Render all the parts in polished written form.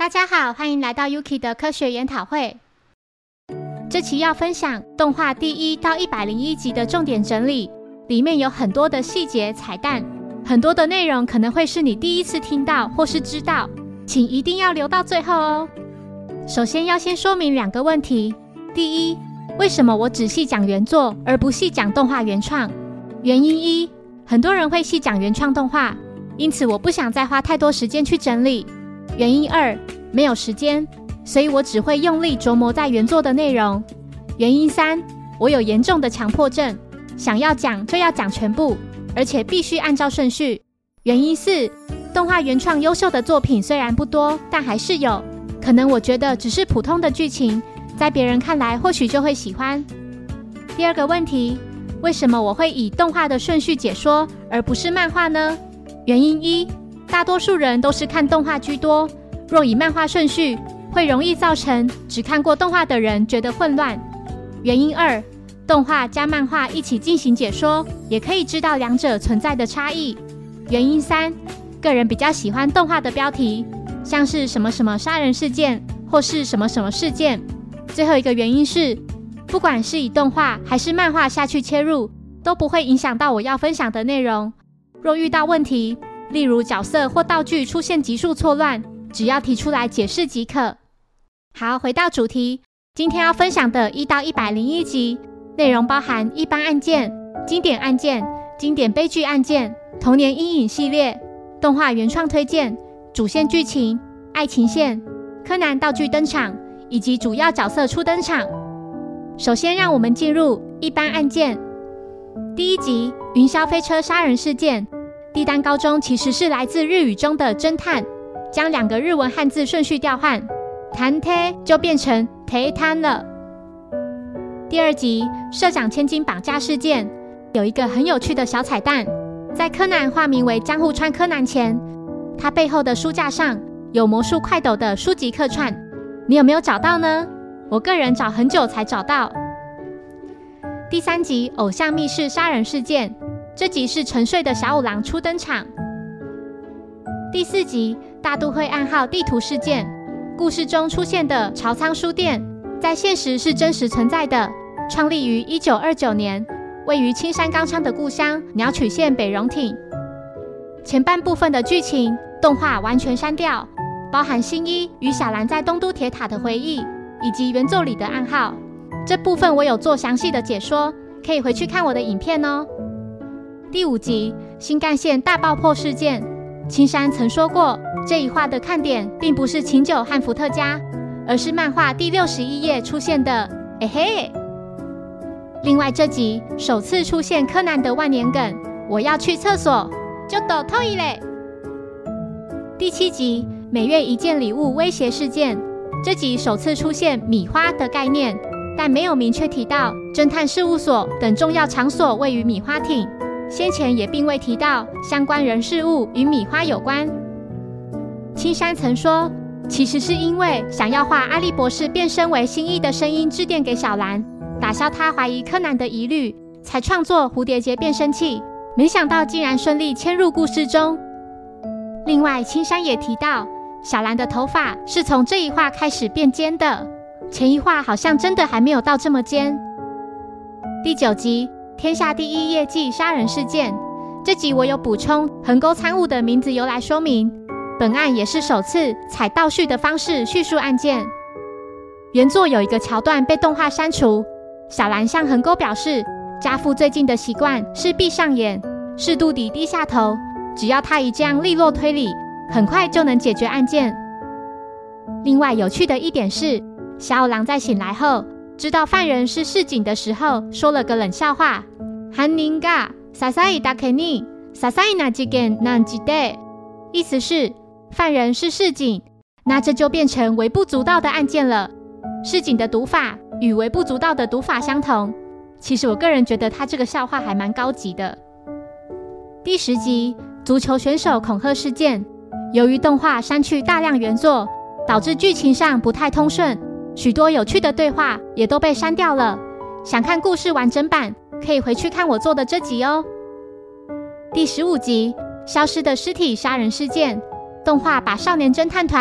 大家好，欢迎来到 Yuki 的科学研讨会。这期要分享动画第1到101集的重点整理，里面有很多的细节彩蛋，很多的内容可能会是你第一次听到或是知道，请一定要留到最后哦。首先要先说明2个问题。第一，为什么我只细讲原作而不细讲动画原创？原因1，很多人会细讲原创动画，因此我不想再花太多时间去整理。原因2，没有时间，所以我只会用力琢磨在原作的内容。原因3，我有严重的强迫症，想要讲就要讲全部，而且必须按照顺序。原因4，动画原创优秀的作品虽然不多，但还是有，可能我觉得只是普通的剧情，在别人看来或许就会喜欢。第2个问题，为什么我会以动画的顺序解说，而不是漫画呢？原因1，大多数人都是看动画居多，若以漫画顺序，会容易造成只看过动画的人觉得混乱。原因2，动画加漫画一起进行解说，也可以知道2者存在的差异。原因3，个人比较喜欢动画的标题，像是什么什么杀人事件，或是什么什么事件。最后一个原因是，不管是以动画还是漫画下去切入，都不会影响到我要分享的内容。若遇到问题，例如角色或道具出现级数错乱，只要提出来解释即可。好，回到主题，今天要分享的1到101集，内容包含一般案件、经典案件、经典悲剧案件、童年阴影系列、动画原创推荐、主线剧情、爱情线、柯南道具登场，以及主要角色初登场。首先让我们进入一般案件。第1集，云霄飞车杀人事件。帝丹高中其实是来自日语中的侦探，将2个日文汉字顺序调换，探偵就变成偵探了。第2集，社长千金绑架事件。有一个很有趣的小彩蛋，在柯南化名为江户川柯南前，他背后的书架上有魔术快斗的书籍客串，你有没有找到呢？我个人找很久才找到。第3集，偶像密室杀人事件。这集是沉睡的小五郎初登场。第4集，大都会暗号地图事件。故事中出现的朝仓书店，在现实是真实存在的，创立于1929年，位于青山刚昌的故乡鸟取县北荣町。前半部分的剧情，动画完全删掉，包含新一与小兰在东都铁塔的回忆，以及原作里的暗号。这部分我有做详细的解说，可以回去看我的影片哦。第5集，新干线大爆破事件。青山曾说过，这一话的看点并不是琴酒和伏特加，而是漫画第61页出现的嘿。另外这集首次出现柯南的万年梗，我要去厕所，就抖透一嘞。第7集，每月一件礼物威胁事件。这集首次出现米花的概念，但没有明确提到侦探事务所等重要场所位于米花町，先前也并未提到相关人事物与米花有关。青山曾说，其实是因为想要画阿笠博士变身为新一的声音致电给小兰，打消他怀疑柯南的疑虑，才创作蝴蝶结变声器，没想到竟然顺利嵌入故事中。另外青山也提到，小兰的头发是从这一话开始变尖的，前一话好像真的还没有到这么尖。第9集，天下第一业绩杀人事件。这集我有补充横沟参悟的名字由来说明，本案也是首次采倒叙的方式叙述案件。原作有一个桥段被动画删除，小兰向横沟表示，家父最近的习惯是闭上眼，适度地低下头，只要他一这样利落推理，很快就能解决案件。另外有趣的一点是，小五郎在醒来后知道犯人是市井的时候，说了个冷笑话，犯人が些細だけに些細な事件なんじで，意思是犯人是市井，那这就变成微不足道的案件了。市井的读法与微不足道的读法相同，其实我个人觉得他这个笑话还蛮高级的。第10集，足球选手恐吓事件。由于动画删去大量原作，导致剧情上不太通顺，许多有趣的对话也都被删掉了。想看故事完整版，可以回去看我做的这集哦。第15集，消失的尸体杀人事件。动画把少年侦探团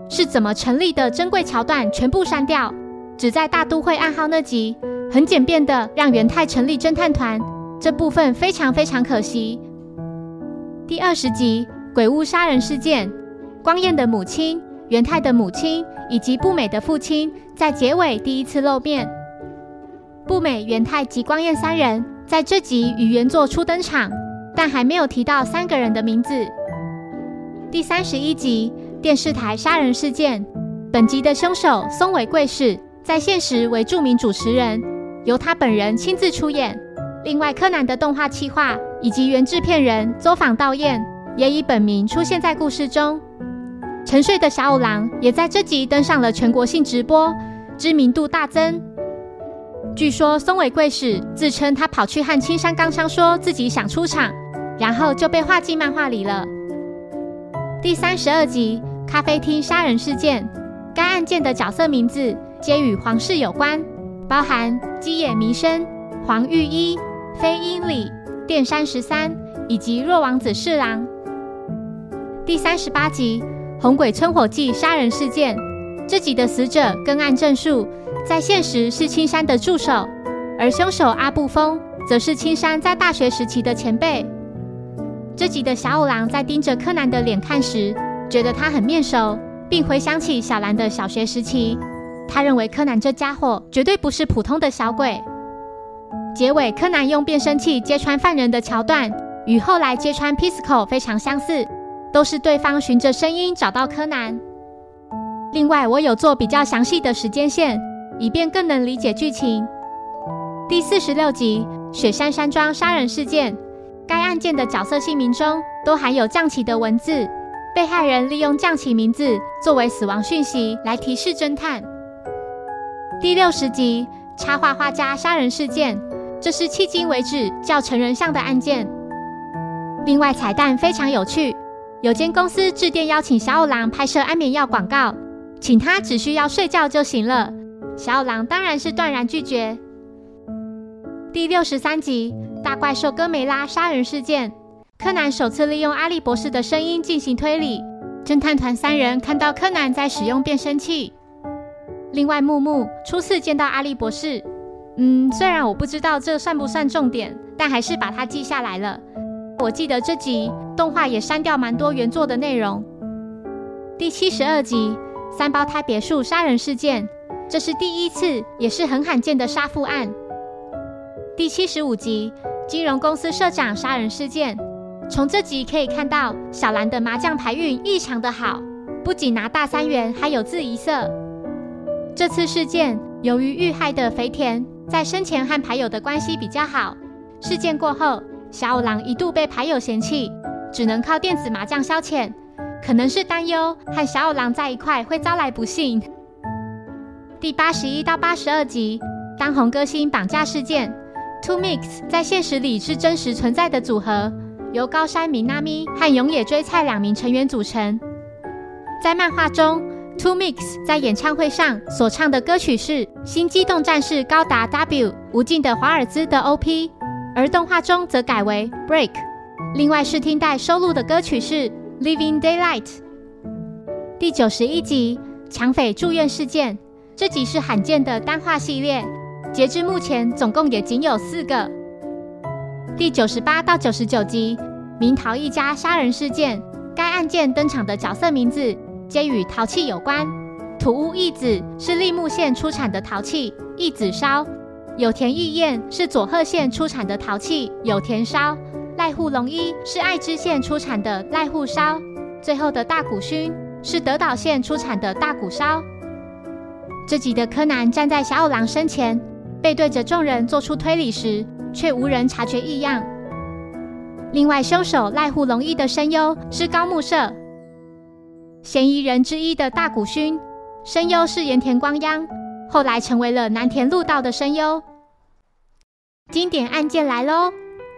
是怎么成立的珍贵桥段全部删掉，只在大都会暗号那集很简便的让元太成立侦探团，这部分非常非常可惜。第20集鬼屋杀人事件，光彦的母亲、元太的母亲以及步美的父亲在结尾第一次露面。步美、元太及光彦三人在这集与原作初登场，但还没有提到3个人的名字。第31集电视台杀人事件，本集的凶手松尾贵史在现实为著名主持人，由他本人亲自出演。另外柯南的动画企划以及原制片人周访道彦也以本名出现在故事中。沉睡的小五郎也在这集登上了全国性直播，知名度大增。据说松尾贵史自称他跑去和青山刚昌说自己想出场，然后就被画进漫画里了。第32集咖啡厅杀人事件，该案件的角色名字皆与皇室有关，包含基野弥生、黄玉一、飞鹰里、电山13以及若王子侍郎。第38集红鬼村火记杀人事件，这集的死者跟案证述在现实是青山的助手，而凶手阿部丰则是青山在大学时期的前辈。这集的小五郎在盯着柯南的脸看时，觉得他很面熟，并回想起小兰的小学时期。他认为柯南这家伙绝对不是普通的小鬼。结尾柯南用变声器揭穿犯人的桥段，与后来揭穿 Pisco 非常相似，都是对方循着声音找到柯南。另外我有做比较详细的时间线，以便更能理解剧情。第46集雪山山庄杀人事件，该案件的角色姓名中都含有将棋的文字，被害人利用将棋名字作为死亡讯息来提示侦探。第60集插画画家杀人事件，这是迄今为止较成人向的案件。另外彩蛋非常有趣，有间公司致电邀请小五郎拍摄安眠药广告，请他只需要睡觉就行了，小五郎当然是断然拒绝。第63集大怪兽哥梅拉杀人事件，柯南首次利用阿笠博士的声音进行推理，侦探团3人看到柯南在使用变声器。另外木木初次见到阿笠博士，虽然我不知道这算不算重点，但还是把它记下来了。我记得这集动画也删掉蛮多原作的内容。第72集三胞胎别墅杀人事件，这是第1次也是很罕见的杀父案。第75集金融公司社长杀人事件，从这集可以看到小兰的麻将牌运异常的好，不仅拿大3元，还有字一色。这次事件由于遇害的肥田在生前和牌友的关系比较好，事件过后小五郎一度被牌友嫌弃，只能靠电子麻将消遣，可能是担忧和小五郎在一块会招来不幸。第81到82集当红歌星绑架事件， Two Mix 在现实里是真实存在的组合，由高山明奈美和永野追菜2名成员组成。在漫画中Two Mix 在演唱会上所唱的歌曲是《新机动战士高达 W 无尽的华尔兹》的 OP， 而动画中则改为 Break。 另外试听带收录的歌曲是 Living Daylight。 第91集抢匪住院事件，这集是罕见的单话系列，截至目前总共也仅有4个。第98到99集明桃一家杀人事件，该案件登场的角色名字皆与陶器有关。土屋义子是立木县出产的陶器义子烧，有田义彦是佐贺县出产的陶器有田烧，濑户隆一是爱知县出产的濑户烧，最后的大谷薰是德岛县出产的大谷烧。这集的柯南站在小五郎身前，背对着众人做出推理时，却无人察觉异样。另外凶手濑户隆一的声优是高木社，嫌疑人之一的大谷薰声优是盐田光央，后来成为了南田路道的声优。经典案件来咯，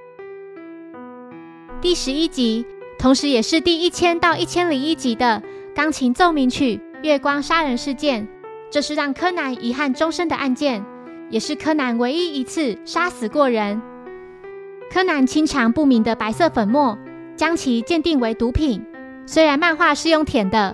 第11集同时也是第1000到1001集的钢琴奏鸣曲月光杀人事件，这是让柯南遗憾终身的案件，也是柯南唯一一次杀死过人。柯南清尝不明的白色粉末，将其鉴定为毒品，虽然漫画是用舔的，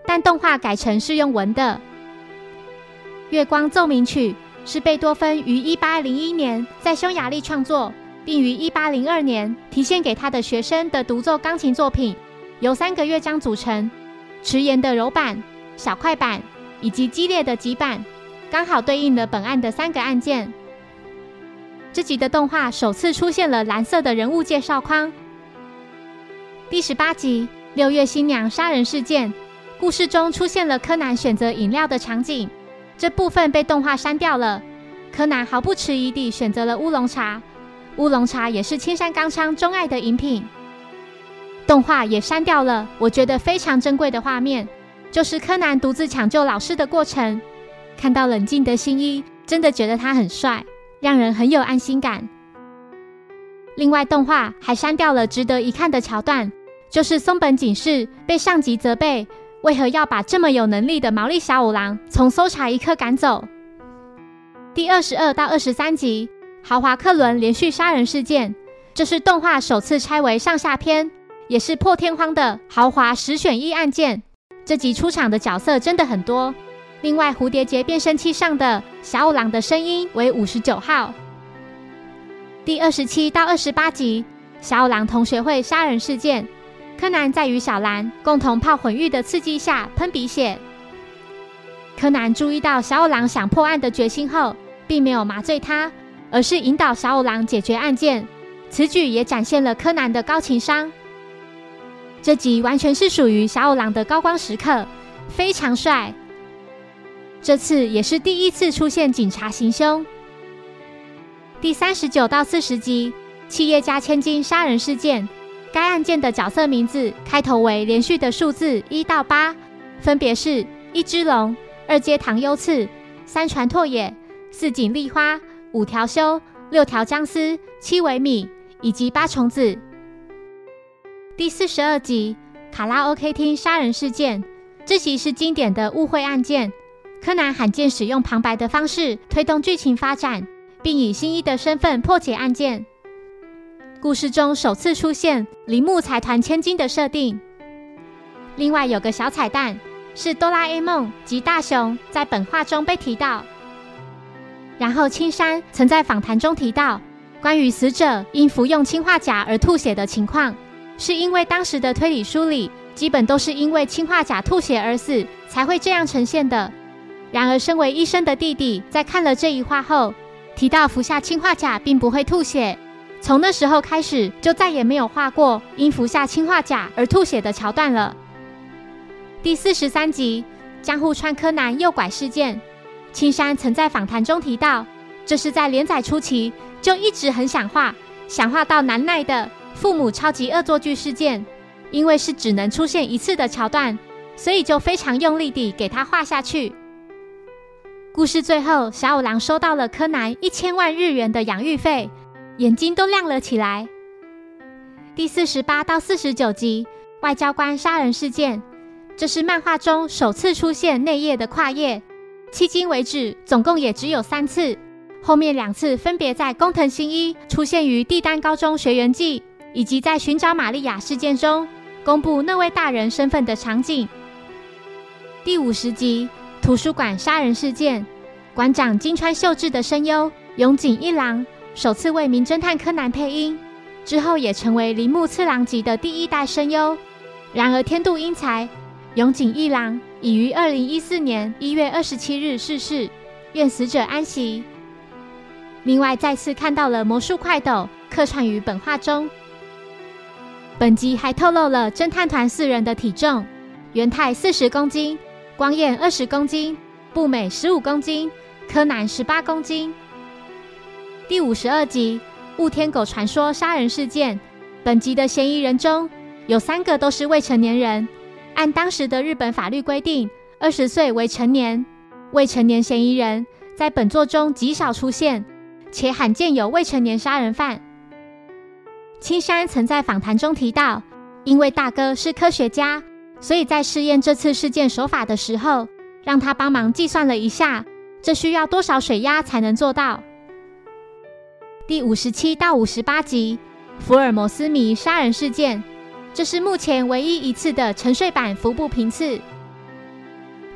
但动画改成是用文的。月光奏鸣曲是贝多芬于1801年在匈牙利创作，并于1802年提献给他的学生的独奏钢琴作品，由3个乐章组成，迟延的柔板、小快板以及激烈的急板，刚好对应了本案的3个按键。这集的动画首次出现了蓝色的人物介绍框。第18集6月新娘杀人事件，故事中出现了柯南选择饮料的场景，这部分被动画删掉了。柯南毫不迟疑地选择了乌龙茶，乌龙茶也是青山刚昌钟爱的饮品。动画也删掉了我觉得非常珍贵的画面，就是柯南独自抢救老师的过程。看到冷静的新一，真的觉得他很帅，让人很有安心感。另外，动画还删掉了值得一看的桥段，就是松本警视被上级责备为何要把这么有能力的毛利小五郎从搜查一课赶走。第22到23集豪华客轮连续杀人事件，这是动画首次拆为上下篇，也是破天荒的豪华10选1案件。这集出场的角色真的很多。另外，蝴蝶结变声器上的小五郎的声音为59号。第27到28集小五郎同学会杀人事件，柯南在与小兰共同泡混浴的刺激下喷鼻血。柯南注意到小五郎想破案的决心后，并没有麻醉他，而是引导小五郎解决案件。此举也展现了柯南的高情商。这集完全是属于小五郎的高光时刻，非常帅。这次也是第一次出现警察行凶。第39到40集企业家千金杀人事件，该案件的角色名字开头为连续的数字1到8，分别是1只龙、2阶堂优次、3船拓也、4井丽花、5条修、6条姜丝、7尾米以及8重子。第42集卡拉 OK 厅杀人事件，这集是经典的误会案件，柯南罕见使用旁白的方式推动剧情发展，并以新一的身份破解案件。故事中首次出现铃木财团千金的设定。另外有个小彩蛋，是哆啦 A 梦及大雄在本画中被提到。然后青山曾在访谈中提到，关于死者因服用氰化钾而吐血的情况，是因为当时的推理书里基本都是因为氰化钾吐血而死，才会这样呈现的。然而身为医生的弟弟在看了这一画后，提到服下氰化钾并不会吐血，从那时候开始就再也没有画过因服下氰化钾而吐血的桥段了。第43集江户川柯南诱拐事件，青山曾在访谈中提到，这是在连载初期就一直很想画到难耐的父母超级恶作剧事件，因为是只能出现一次的桥段，所以就非常用力地给他画下去。故事最后，小五郎收到了柯南1000万日元的养育费，眼睛都亮了起来。第48到49集外交官杀人事件，这是漫画中首次出现内页的跨页，迄今为止总共也只有3次，后面2次分别在工藤新一出现于帝丹高中学园祭，以及在寻找玛利亚事件中公布那位大人身份的场景。第50集图书馆杀人事件，馆长金川秀智的声优永井一郎首次为名侦探柯南配音，之后也成为铃木次郎级的第1代声优。然而天妒英才，永井一郎已于2014年1月27日逝世，愿死者安息。另外再次看到了魔术快斗客串于本画中。本集还透露了侦探团4人的体重，元太40公斤，光彦20公斤，步美15公斤，柯南18公斤。第52集雾天狗传说杀人事件，本集的嫌疑人中有3个都是未成年人，按当时的日本法律规定20岁为成年，未成年嫌疑人在本作中极少出现，且罕见有未成年杀人犯。青山曾在访谈中提到，因为大哥是科学家，所以在试验这次事件手法的时候，让他帮忙计算了一下，这需要多少水压才能做到。第57到58集福尔摩斯迷杀人事件，这是目前唯一一次的沉睡版服部平次。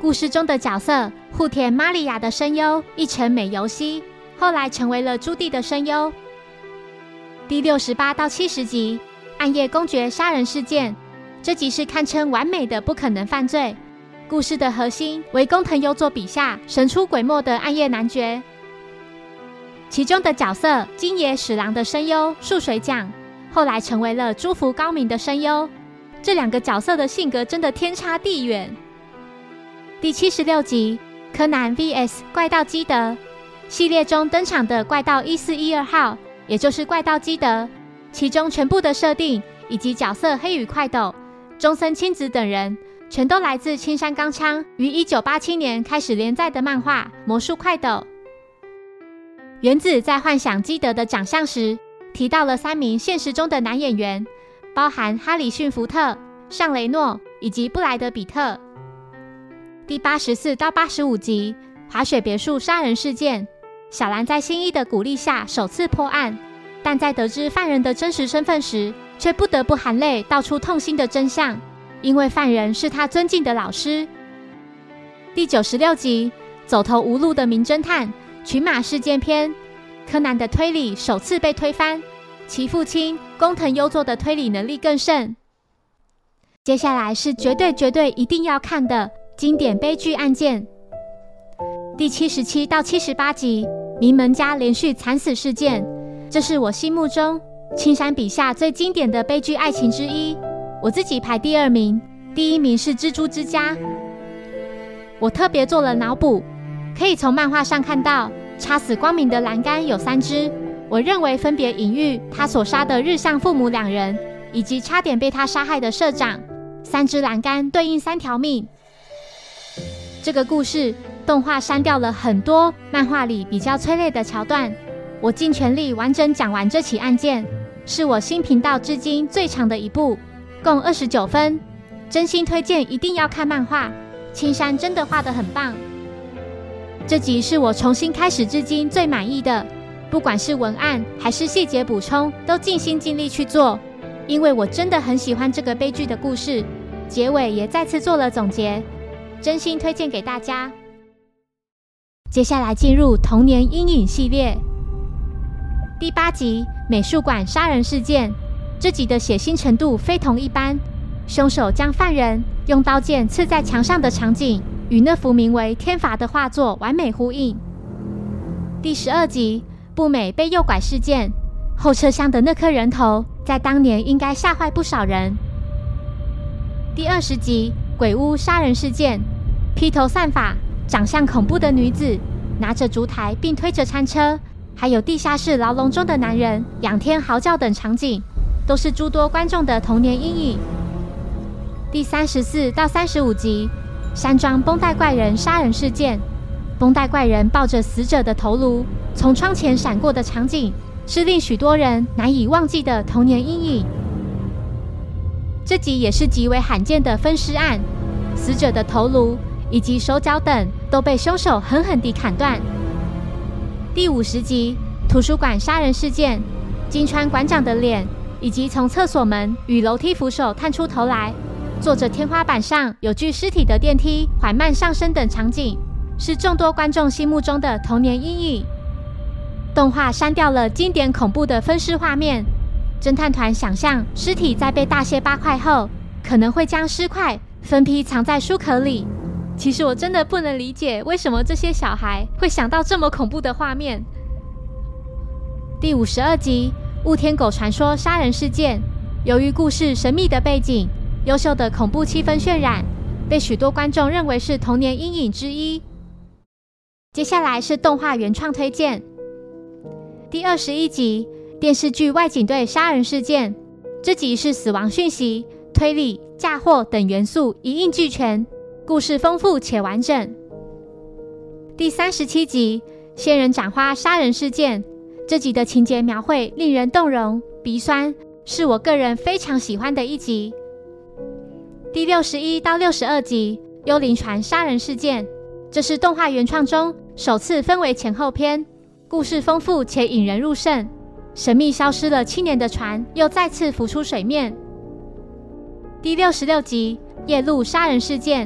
故事中的角色户田玛利亚的声优译成美由希，后来成为了朱棣的声优。第68到70集暗夜公爵杀人事件，这集是堪称完美的不可能犯罪。故事的核心为工藤优作笔下神出鬼没的暗夜男爵，其中的角色金野史郎的声优树水奖，后来成为了朱福高明的声优。这两个角色的性格真的天差地远。第76集柯南 vs 怪盗基德，系列中登场的怪盗1412号，也就是怪盗基德，其中全部的设定以及角色黑羽快斗、中森亲子等人，全都来自青山刚昌于1987年开始连载的漫画《魔术快斗》。原子在幻想基德的长相时，提到了3名现实中的男演员，包含哈里逊·福特、尚雷诺以及布莱德·比特。第84到85集滑雪别墅杀人事件，小兰在新一的鼓励下首次破案，但在得知犯人的真实身份时，却不得不含泪道出痛心的真相，因为犯人是他尊敬的老师。第96集走投无路的名侦探群马事件篇，柯南的推理首次被推翻，其父亲工藤优作的推理能力更甚。接下来是绝对一定要看的经典悲剧案件。第77到78集名门家连续惨死事件，这是我心目中青山笔下最经典的悲剧爱情之一，我自己排第2名，第1名是蜘蛛之家。我特别做了脑补，可以从漫画上看到插死光明的栏杆有3只，我认为分别隐喻他所杀的日向父母2人，以及差点被他杀害的社长。3只栏杆对应3条命。这个故事动画删掉了很多漫画里比较催泪的桥段，我尽全力完整讲完这起案件，是我新频道至今最长的一部，共29分，真心推荐一定要看漫画，青山真的画得很棒。这集是我重新开始至今最满意的，不管是文案还是细节补充，都尽心尽力去做，因为我真的很喜欢这个悲剧的故事。结尾也再次做了总结，真心推荐给大家。接下来进入童年阴影系列。第8集美术馆杀人事件，这集的血腥程度非同一般，凶手将犯人用刀剑刺在墙上的场景与那幅名为天罚的画作完美呼应。第12集步美被诱拐事件，后车厢的那颗人头在当年应该吓坏不少人。第20集鬼屋杀人事件，披头散发长相恐怖的女子拿着烛台并推着餐车，还有地下室牢笼中的男人仰天嚎叫等场景，都是诸多观众的童年阴影。第34到35集山庄绷带怪人杀人事件，绷带怪人抱着死者的头颅从窗前闪过的场景，是令许多人难以忘记的童年阴影。这集也是极为罕见的分尸案，死者的头颅以及手脚等都被凶手狠狠地砍断。第50集图书馆杀人事件，金川馆长的脸以及从厕所门与楼梯扶手探出头来，坐着天花板上有具尸体的电梯缓慢上升等场景，是众多观众心目中的童年阴影。动画删掉了经典恐怖的分尸画面，侦探团想象尸体在被大卸8块后，可能会将尸块分批藏在书壳里。其实我真的不能理解为什么这些小孩会想到这么恐怖的画面。第52集雾天狗传说杀人事件，由于故事神秘的背景、优秀的恐怖气氛渲染，被许多观众认为是童年阴影之一。接下来是动画原创推荐。第21集电视剧外景队杀人事件，这集是死亡讯息、推理、嫁祸等元素一应俱全，故事丰富且完整。第37集仙人掌花杀人事件，这集的情节描绘令人动容鼻酸，是我个人非常喜欢的一集。第61到62集幽灵船杀人事件，这是动画原创中首次分为前后篇，故事丰富且引人入胜，神秘消失了7年的船又再次浮出水面。第66集夜路杀人事件，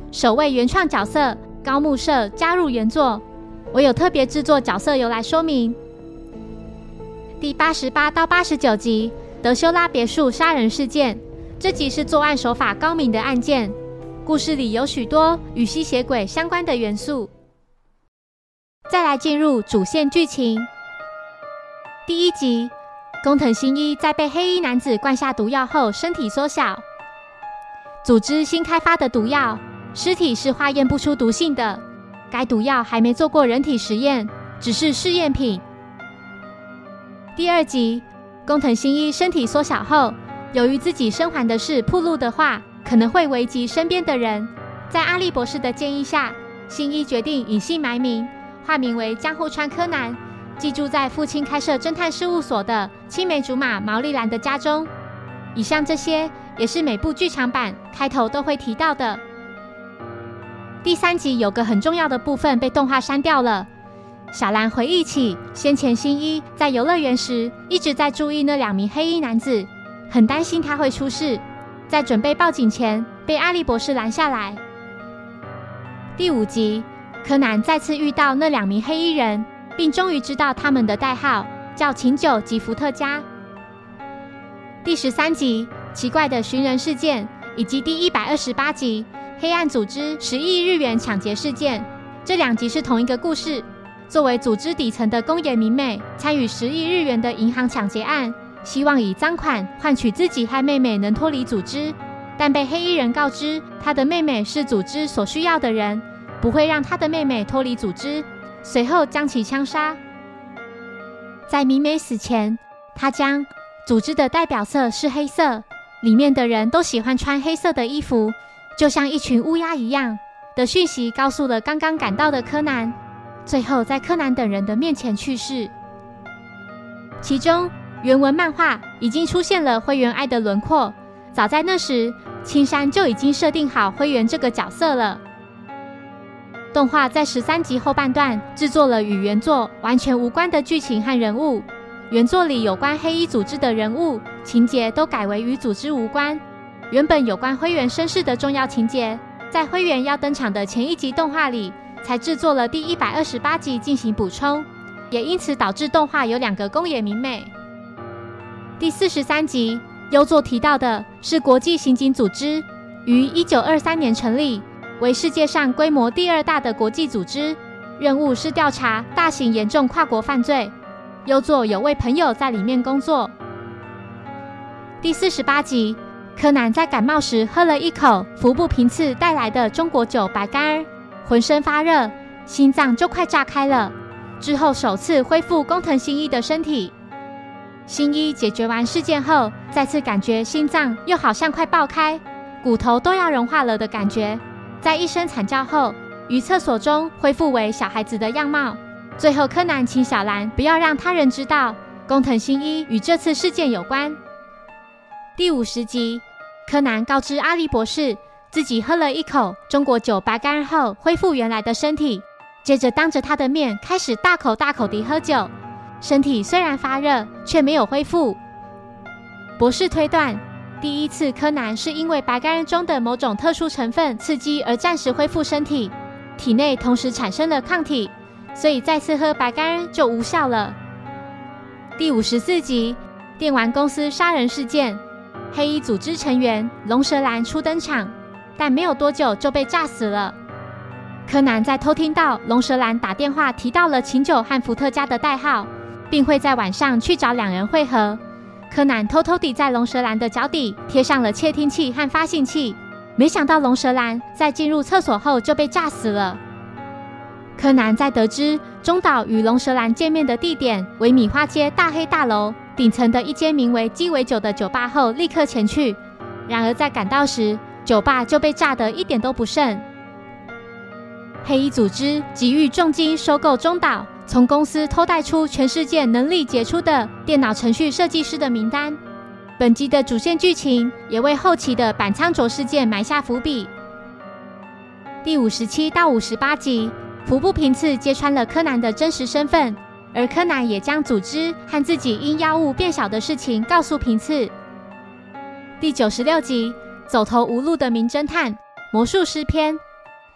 首位原创角色高木社加入原作，我有特别制作角色由来说明。第88到89集德修拉别墅杀人事件，这集是作案手法高明的案件，故事里有许多与吸血鬼相关的元素。再来进入主线剧情。第一集，工藤新一在被黑衣男子灌下毒药后身体缩小，组织新开发的毒药，尸体是化验不出毒性的，该毒药还没做过人体实验，只是试验品。第二集，工藤新一身体缩小后，由于自己生还的事暴露的话，可能会危及身边的人，在阿笠博士的建议下，新一决定隐姓埋名，化名为江户川柯南，寄住在父亲开设侦探事务所的青梅竹马毛利兰的家中。以上这些也是每部剧场版开头都会提到的。第三集有个很重要的部分被动画删掉了，小兰回忆起先前新一在游乐园时一直在注意那2名黑衣男子，很担心他会出事，在准备报警前被阿笠博士拦下来。第5集，柯南再次遇到那2名黑衣人，并终于知道他们的代号叫琴酒及伏特加。第13集，奇怪的寻人事件，以及第128集黑暗组织10亿日元抢劫事件，这2集是同一个故事。作为组织底层的宫野明美，参与10亿日元的银行抢劫案，希望以赃款换取自己和妹妹能脱离组织，但被黑衣人告知他的妹妹是组织所需要的人，不会让他的妹妹脱离组织，随后将其枪杀。在明美死前，他将组织的代表色是黑色，里面的人都喜欢穿黑色的衣服，就像一群乌鸦一样的讯息告诉了刚刚赶到的柯南，最后在柯南等人的面前去世。其中原文漫画已经出现了灰原哀的轮廓，早在那时青山就已经设定好灰原这个角色了。动画在13集后半段制作了与原作完全无关的剧情和人物，原作里有关黑衣组织的人物情节都改为与组织无关，原本有关灰原身世的重要情节，在灰原要登场的前一集动画里才制作了第128集进行补充，也因此导致动画有2个宫野明美。第43集优作提到的是国际刑警组织，于1923年成立，为世界上规模第2大的国际组织，任务是调查大型严重跨国犯罪。优作有位朋友在里面工作。第48集，柯南在感冒时喝了一口服部平次带来的中国酒白干儿，浑身发热，心脏就快炸开了，之后首次恢复工藤新一的身体。新一解决完事件后，再次感觉心脏又好像快爆开，骨头都要融化了的感觉，在一声惨叫后，于厕所中恢复为小孩子的样貌。最后柯南请小兰不要让他人知道工藤新一与这次事件有关。第50集，柯南告知阿笠博士自己喝了一口中国酒白干后恢复原来的身体，接着当着他的面开始大口大口地喝酒，身体虽然发热却没有恢复。博士推断，第一次柯南是因为白干中的某种特殊成分刺激而暂时恢复身体，体内同时产生了抗体，所以再次喝白干就无效了。第54集，电玩公司杀人事件，黑衣组织成员龙舌兰初登场，但没有多久就被炸死了。柯南在偷听到龙舌兰打电话提到了琴酒和伏特加的代号，并会在晚上去找2人会合。柯南偷偷地在龙舌兰的脚底贴上了窃听器和发信器，没想到龙舌兰在进入厕所后就被炸死了。柯南在得知中岛与龙舌兰见面的地点为米花街大黑大楼顶层的一间名为鸡尾酒的酒吧后，立刻前去。然而在赶到时，酒吧就被炸得一点都不剩。黑衣组织急于重金收购中岛，从公司偷带出全世界能力杰出的电脑程序设计师的名单。本集的主线剧情也为后期的板仓卓事件埋下伏笔。第57到58集，服部平次揭穿了柯南的真实身份，而柯南也将组织和自己因药物变小的事情告诉平次。第96集，走投无路的名侦探魔术师篇，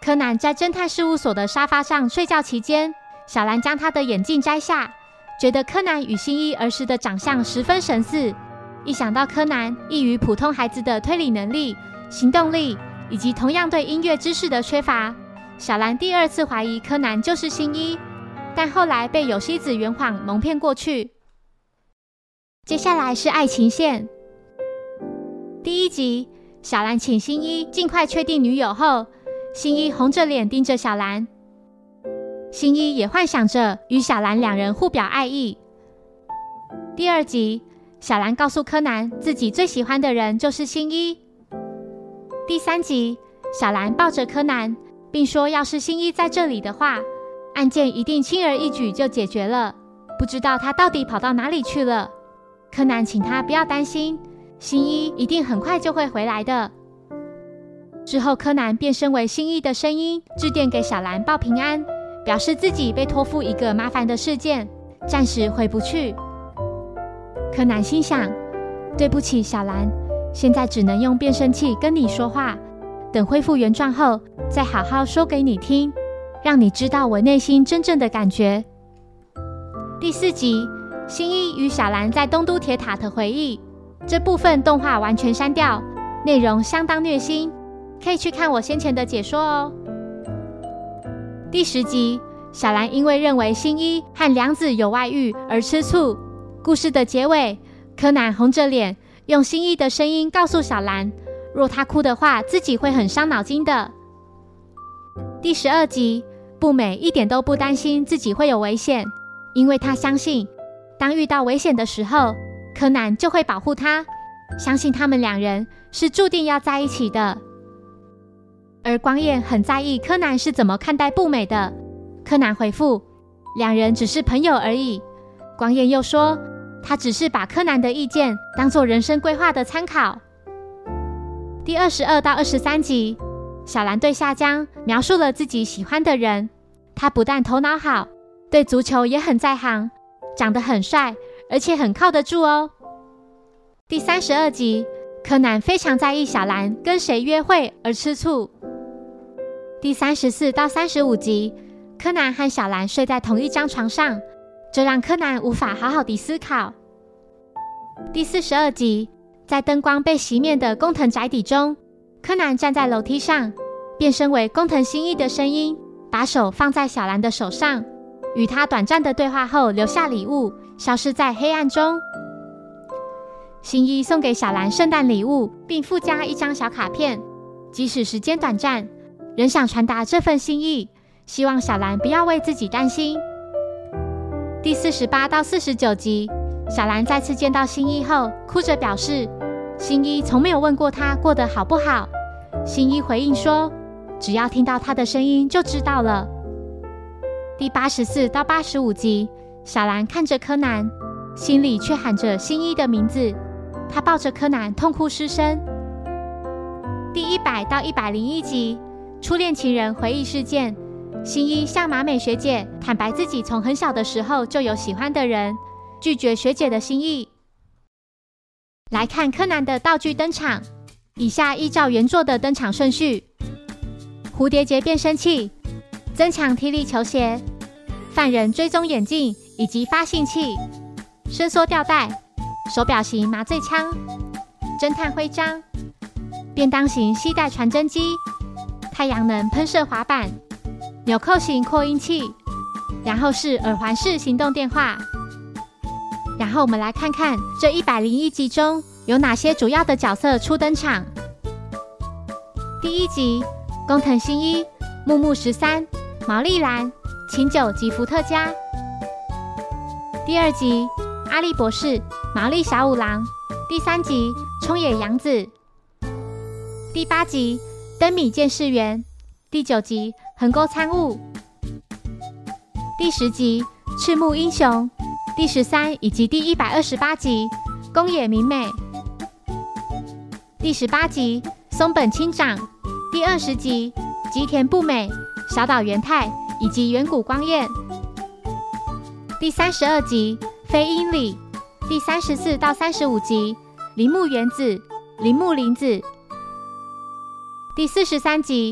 柯南在侦探事务所的沙发上睡觉期间，小兰将他的眼镜摘下，觉得柯南与新一儿时的长相十分神似。一想到柯南异于普通孩子的推理能力、行动力，以及同样对音乐知识的缺乏，小兰第二次怀疑柯南就是新一，但后来被有希子圆谎蒙骗过去。接下来是爱情线。第一集，小兰请新一尽快确定女友后，新一红着脸盯着小兰，新一也幻想着与小兰两人互表爱意。第二集，小兰告诉柯南自己最喜欢的人就是新一。第三集，小兰抱着柯南，并说要是新一在这里的话，案件一定轻而易举就解决了，不知道他到底跑到哪里去了。柯南请他不要担心，新一一定很快就会回来的。之后柯南变身为新一的声音，致电给小兰报平安，表示自己被托付一个麻烦的事件，暂时回不去。柯南心想，对不起小兰，现在只能用变声器跟你说话，等恢复原状后再好好说给你听，让你知道我内心真正的感觉。第四集，新一与小兰在东都铁塔的回忆，这部分动画完全删掉，内容相当虐心，可以去看我先前的解说哦。第10集，小兰因为认为新一和良子有外遇而吃醋。故事的结尾，柯南红着脸用新一的声音告诉小兰，若她哭的话，自己会很伤脑筋的。第12集，步美一点都不担心自己会有危险，因为她相信，当遇到危险的时候，柯南就会保护她，相信他们两人是注定要在一起的。而光彦很在意柯南是怎么看待步美的，柯南回复，两人只是朋友而已。光彦又说，他只是把柯南的意见当作人生规划的参考。第22到23集，小兰对夏江描述了自己喜欢的人，他不但头脑好，对足球也很在行，长得很帅，而且很靠得住哦。第32集，柯南非常在意小兰跟谁约会而吃醋。第34到35集，柯南和小兰睡在同一张床上，这让柯南无法好好地思考。第42集，在灯光被熄灭的工藤宅邸中，柯南站在楼梯上，变身为工藤新一的声音，把手放在小兰的手上，与她短暂的对话后留下礼物，消失在黑暗中。新一送给小兰圣诞礼物，并附加一张小卡片，即使时间短暂，仍想传达这份心意，希望小兰不要为自己担心。第48到49集，小兰再次见到新一后，哭着表示新一从没有问过她过得好不好。新一回应说，只要听到她的声音就知道了。第84到85集，小兰看着柯南，心里却喊着新一的名字，她抱着柯南痛哭失声。第100到101集，初恋情人回忆事件，新一向麻美学姐坦白自己从很小的时候就有喜欢的人，拒绝学姐的心意。来看柯南的道具登场，以下依照原作的登场顺序：蝴蝶结变声器、增强踢力球鞋、犯人追踪眼镜以及发信器、伸缩吊带、手表型麻醉枪、侦探徽章、便当型携带传真机、太阳能喷射滑板、纽扣型扩音器，然后是耳环式行动电话。然后我们来看看这101集中有哪些主要的角色初登场。第1集，工藤新一、木木13、毛利兰、琴酒及伏特加。第2集，阿笠博士、毛利小五郎。第3集，冲野洋子。第8集，灯米监视员。第9集，横沟参悟。第10集，赤木英雄。第13以及第128集，宫野明美。第18集，松本清长。第20集，吉田步美、小岛元太以及远古光彦。第32集，飞鹰里。第34到35集，铃木原子、铃木玲子。第43集，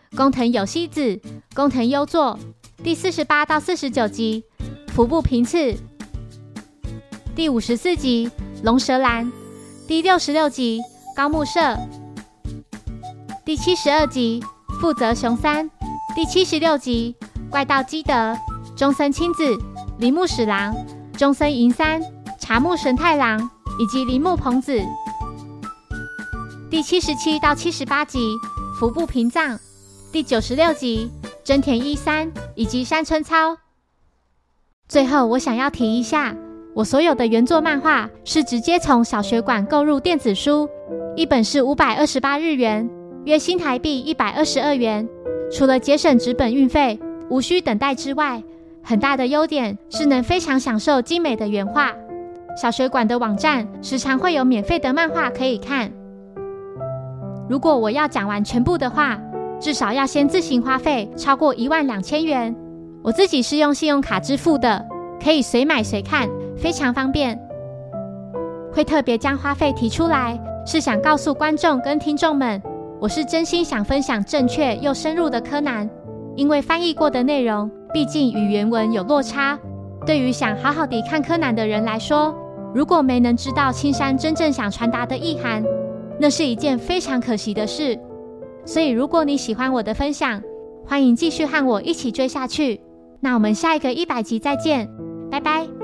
工藤有希子、工藤优作，第48到49集服部平次，第54集龙舌兰，第66集高木社，第72集富泽雄三，第76集怪盗基德、中森亲子、铃木史郎、中森银三、茶木神太郎以及铃木朋子，第77到78集服部平藏，第96集真田一三以及山村操。最后我想要提一下，我所有的原作漫画是直接从小学馆购入电子书，一本是528日元，约新台币122元。除了节省纸本运费，无需等待之外，很大的优点是能非常享受精美的原画。小学馆的网站时常会有免费的漫画可以看。如果我要讲完全部的话，至少要先自行花费超过12000元。我自己是用信用卡支付的，可以随买随看，非常方便。会特别将花费提出来，是想告诉观众跟听众们，我是真心想分享正确又深入的柯南，因为翻译过的内容毕竟与原文有落差。对于想好好地看柯南的人来说，如果没能知道青山真正想传达的意涵，那是一件非常可惜的事。所以如果你喜欢我的分享，欢迎继续和我一起追下去。那我们下一个100集再见，拜拜。